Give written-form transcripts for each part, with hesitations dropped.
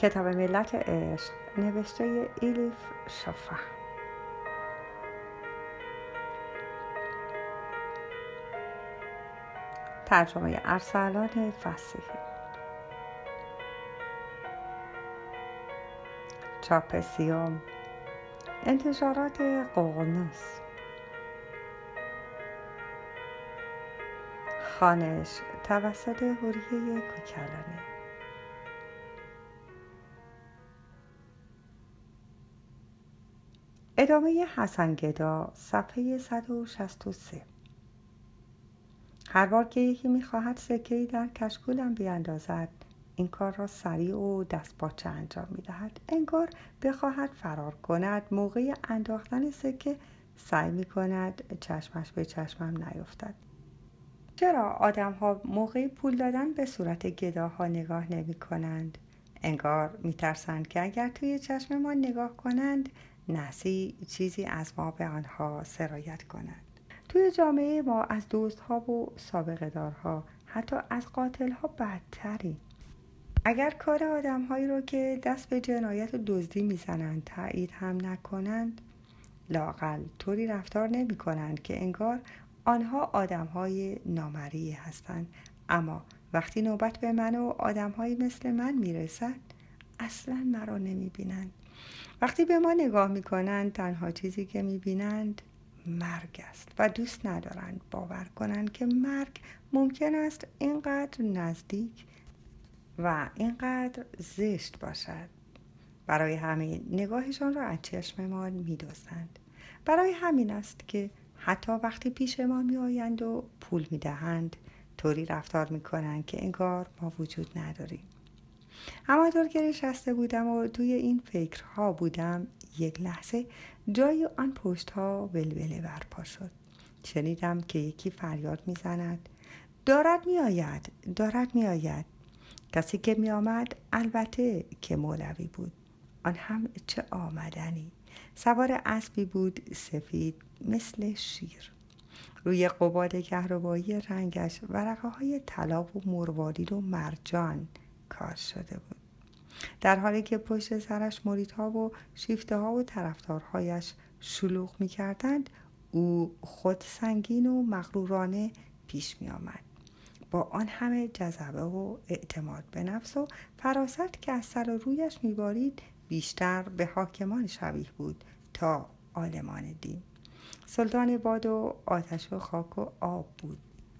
کتاب ملت عشق نوشته ایلیف شفا. ترجمه ارسلان فصیحی. چاپ سیوم. انتشارات ققنوس. خوانش توسط هوریه کوکلانی. ادامه حسن گدا، صفحه 163. هر بار که یکی می‌خواهد سکه‌ای در کشکولم بیاندازد، این کار را سریع و دستپاچه انجام می‌دهد. انگار بخواهد فرار کند، موقع انداختن سکه سعی می‌کند چشمش به چشمم نیفتد. چرا آدم‌ها موقع پول دادن به صورت گداها نگاه نمی‌کنند؟ انگار می‌ترسند که اگر توی چشم ما نگاه کنند، نسی چیزی از ما به آنها سرایت کند. توی جامعه ما از دزدها و سابقه دارها، حتی از قاتلها بدتریم. اگر کار آدم‌هایی رو که دست به جنایت و دزدی میزنند تایید هم نکنند، لااقل طوری رفتار نمی‌کنند که انگار آنها آدم‌های نامرئی هستند. اما وقتی نوبت به من و آدم‌هایی مثل من میرسد، اصلاً مرا نمی‌بینند. وقتی به ما نگاه می‌کنند، تنها چیزی که می‌بینند مرگ است و دوست ندارند باور کنند که مرگ ممکن است اینقدر نزدیک و اینقدر زشت باشد. برای همین نگاهشان را از چشممان می‌دزدند. برای همین است که حتی وقتی پیش ما می‌آیند و پول می‌دهند، طوری رفتار می‌کنند که انگار ما وجود نداریم. همانطور که نشسته بودم و توی این فکرها بودم، یک لحظه جای آن پشت‌ها ولوله برپا شد. شنیدم که یکی فریاد می‌زند: دارد می‌آید، دارد می‌آید. کسی که می‌آمد البته که مولوی بود. آن هم چه آمدنی! سوار اسبی بود سفید مثل شیر. روی قباد کهربایی رنگش ورقه‌های طلا و مروارید و مرجان کار شده بود. در حالی که پشت سرش مریدها و شیفته‌ها و طرفدارهایش شلوغ می‌کردند، او خود سنگین و مغرورانه پیش می‌آمد. با آن همه جذبه و اعتماد به نفس و فراست که از سر و رویش می‌بارید، بیشتر به حاکمان شبیه بود تا عالمان دین. سلطان باد و آتش و خاک و آب بود.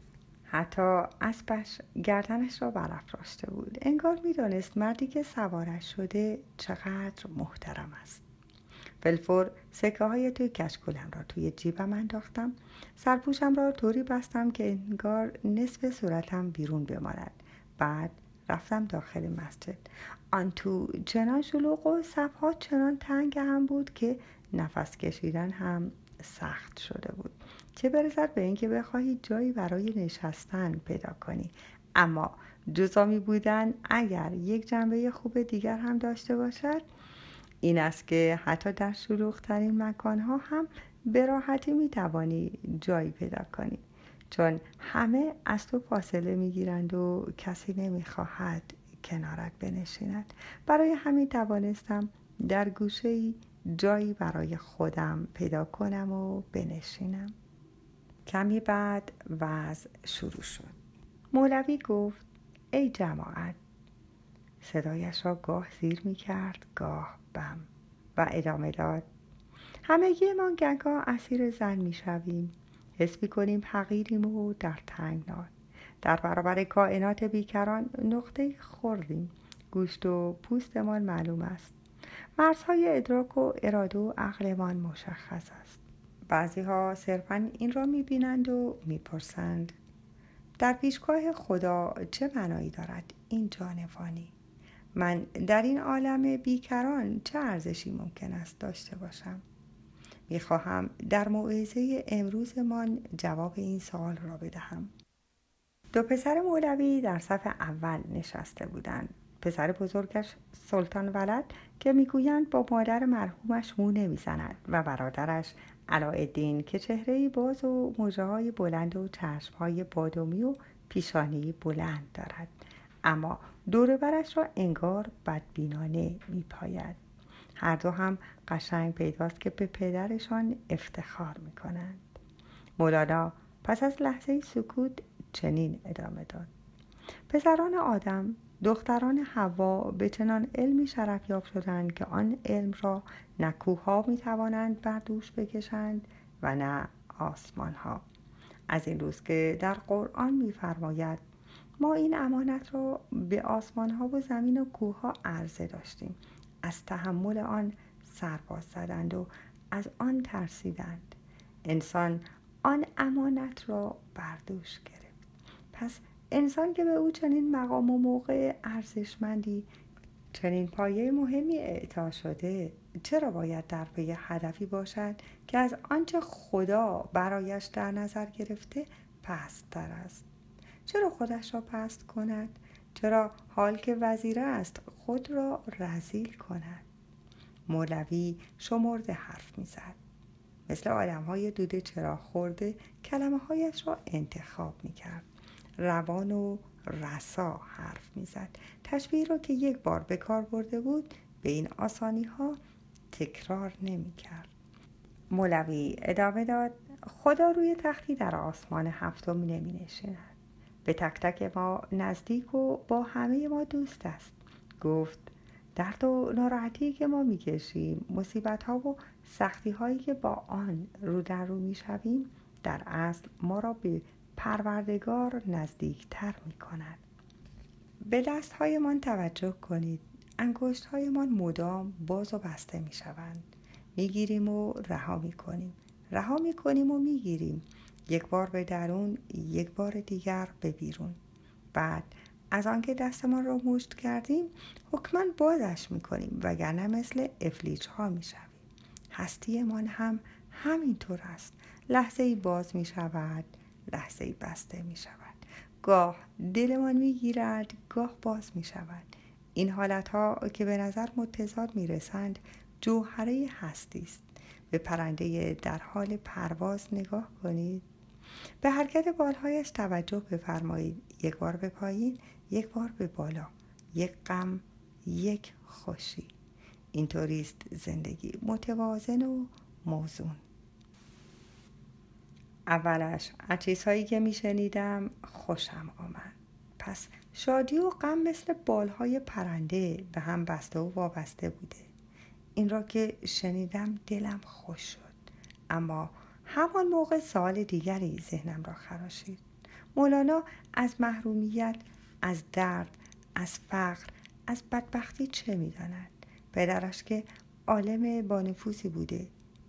حتی اسبش گردنش را برافراشته بود. انگار می‌دانست مردی که سوارش شده چقدر محترم است. فلفور سکه‌های توی کشکولم را توی جیبم انداختم. سرپوشم را طوری بستم که انگار نصف صورتم بیرون بماند. بعد رفتم داخل مسجد. آن تو چنان شلوغ و صف‌ها چنان تنگ هم بود که نفس کشیدن هم سخت شده بود، چه برسد به اینکه بخواهی جایی برای نشستن پیدا کنی. اما جزامی بودن اگر یک جنبه خوب دیگر هم داشته باشد، این است که حتی در شلوغ‌ترین مکان‌ها هم به راحتی می‌توانی جایی پیدا کنی، چون همه از تو فاصله می‌گیرند و کسی نمی‌خواهد کنارت بنشیند. برای همین توانستم در گوشه‌ای جایی برای خودم پیدا کنم و بنشینم. کمی بعد وعظ شروع شد. مولوی گفت: ای جماعت. صدایش را گاه زیر می کرد، گاه بم، و ادامه داد: همگی ما گهگاه اسیر زن می شویم. حس می کنیم حقیریم و در تنگنا. در برابر کائنات بیکران نقطه خوردیم. گوشت و پوستمان معلوم است. مرزهای ادراک و اراده و عقلمان مشخص است. بعضی ها صرفاً این را می بینند و می پرسند: در پیشگاه خدا چه معنایی دارد این جانفانی؟ من در این عالم بیکران چه ارزشی ممکن است داشته باشم؟ می خواهم در موعظه امروزمان جواب این سوال را بدهم. دو پسر مولوی در صف اول نشسته بودند. پسر بزرگش سلطان ولد که میگویند با مادر مرحومش مو نمیزند و برادرش علاءالدین که چهره‌ای باز و مژه‌های بلند و چشم‌های بادامی و پیشانی بلند دارد، اما دور برش را انگار بدبینانه میپاید. هر دو هم قشنگ پیداست که به پدرشان افتخار میکنند. مولانا پس از لحظه سکوت چنین ادامه داد: پسران آدم، دختران حوا به چنان علمی شرفیاب شدند که آن علم را نه کوه‌ها میتوانند بر دوش بکشند و نه آسمان‌ها. از این روز که در قرآن می‌فرماید ما این امانت را به آسمان‌ها و زمین و کوه‌ها عرضه داشتیم، از تحمل آن سرباز زدند و از آن ترسیدند. انسان آن امانت را بر دوش گرفت. پس انسان که به او چنین مقام و موقع ارزشمندی، چنین پایه مهمی اعطا شده، چرا باید در پی هدفی باشد که از آنچه خدا برایش در نظر گرفته پست‌تر است؟ چرا خودش را پست کند؟ چرا حال که وزیر است خود را رذیل کند؟ مولوی شمرده حرف می‌زد. مثل آدم‌های دوده چراغ خورده کلمه‌هایش را انتخاب می‌کرد. روان و رسا حرف می‌زد. تشبیه را که یک بار به کار برده بود به این آسانی‌ها تکرار نمی‌کرد. مولوی ادامه داد: خدا روی تختی در آسمان هفتم نمی‌نشیند. به تک تک ما نزدیک و با همه ما دوست است. گفت درد و ناراحتی که ما می‌کشیم، مصیبت‌ها و سختی‌هایی که با آن رو در رو می‌شویم، در اصل ما را به پروردگار نزدیکتر می‌کند. به دست‌هایمان توجه کنید. انگشت‌هایمان مدام باز و بسته می‌شوند. می‌گیریم و رها می‌کنیم. رها می‌کنیم و می‌گیریم. یک بار به درون، یک بار دیگر به بیرون. بعد از آنکه دستمان را مشت کردیم حکماً بازش می‌کنیم، وگرنه مثل افلیچ‌ها می‌شویم. هستیمان هم همینطور است. لحظه‌ای باز می‌شود، لحظه‌ای بسته می‌شود. گاه دلمان می‌گیرد، گاه باز می‌شود. این حالت‌ها که به نظر متضاد می‌رسند جوهره هستی است. به پرنده در حال پرواز نگاه کنید. به حرکت بالهایش توجه بفرمایید. یک بار به پایین، یک بار به بالا. یک غم، یک خوشی. اینطوری است زندگی، متوازن و موزون. اولش از چیزهایی که میشنیدم خوشم آمد. پس شادی و غم مثل بالهای پرنده به هم بسته و وابسته بوده. این را که شنیدم دلم خوش شد. اما همان موقع سوال دیگری ذهنم را خراشید. مولانا از محرومیت، از درد، از فقر، از بدبختی چه می‌داند؟ پدرش که عالم بانفوذی بوده.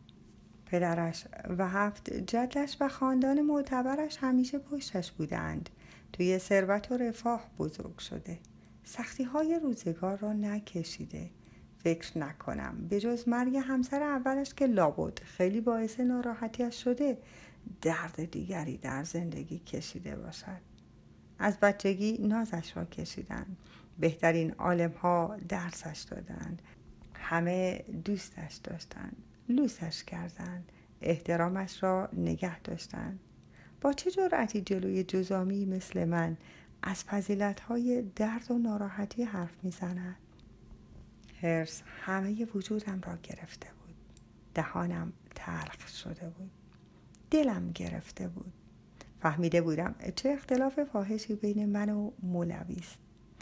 پدرش و 7 جدش و خاندان معتبرش همیشه پشتش بودند. توی ثروت و رفاه بزرگ شده. سختی‌های روزگار را نکشیده. فکر نکنم به جز مرگ همسر اولش که لابد خیلی باعث ناراحتیش شده درد دیگری در زندگی کشیده باشد. از بچگی نازش را کشیدند. بهترین عالم‌ها درسش دادند. همه دوستش داشتند. لوسش کردند. احترامش را نگه داشتند. با چه جرأتی جلوی جزامی مثل من از فضیلت‌های درد و ناراحتی حرف می‌زند؟ حرص همه وجودم را گرفته بود. دهانم تلخ شده بود. دلم گرفته بود. فهمیده بودم چه اختلاف فاحشی بین من و مولوی است.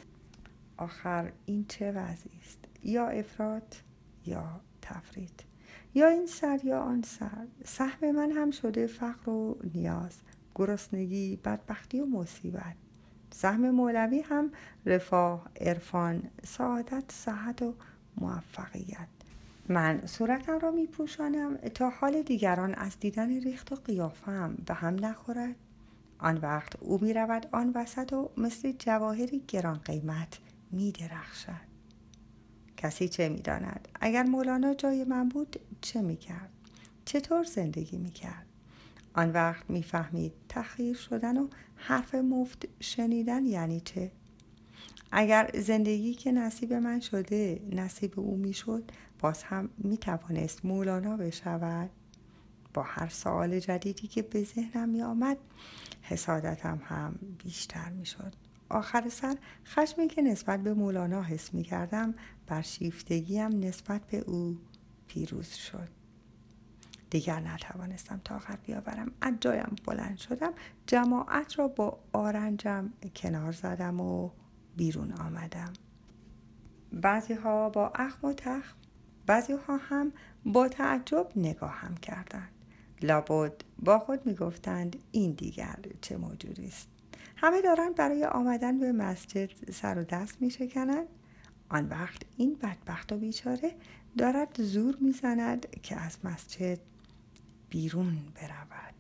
آخر این چه وضعی است؟ یا افراط یا تفریط، یا این سر یا آن سر. سهم من هم شده فقر و نیاز، گرسنگی، بدبختی و مصیبت. سهم مولوی هم رفاه، عرفان، سعادت، صحت و موفقیت. من صورتم را می پوشانم تا حال دیگران از دیدن ریخت و قیافم به هم نخورد. آن وقت او می رود آن وسط و مثل جواهری گران قیمت می درخشد. کسی چه می داند اگر مولانا جای من بود چه می کرد؟ چطور زندگی می کرد؟ آن وقت می فهمید تحقیر شدن و حرف مفت شنیدن یعنی چه؟ اگر زندگی که نصیب من شده نصیب او می شد، باز هم می توانست مولانا بشود. با هر سوال جدیدی که به ذهنم می آمد حسادتم هم بیشتر می شد. آخر سر خشمی که نسبت به مولانا حس می کردم بر شیفتگیم نسبت به او پیروز شد. دیگر نتوانستم طاقت بیاورم. از جایم بلند شدم، جماعت را با آرنجم کنار زدم و بیرون آمدم. بعضی ها با اخم و تخم، بعضی ها هم با تعجب نگاهم کردند. لابد با خود می گفتند این دیگر چه موجودی است. همه دارند برای آمدن به مسجد سر و دست می شکنند. آن وقت این بدبخت و بیچاره دارد زور می زند که از مسجد بیرون برود.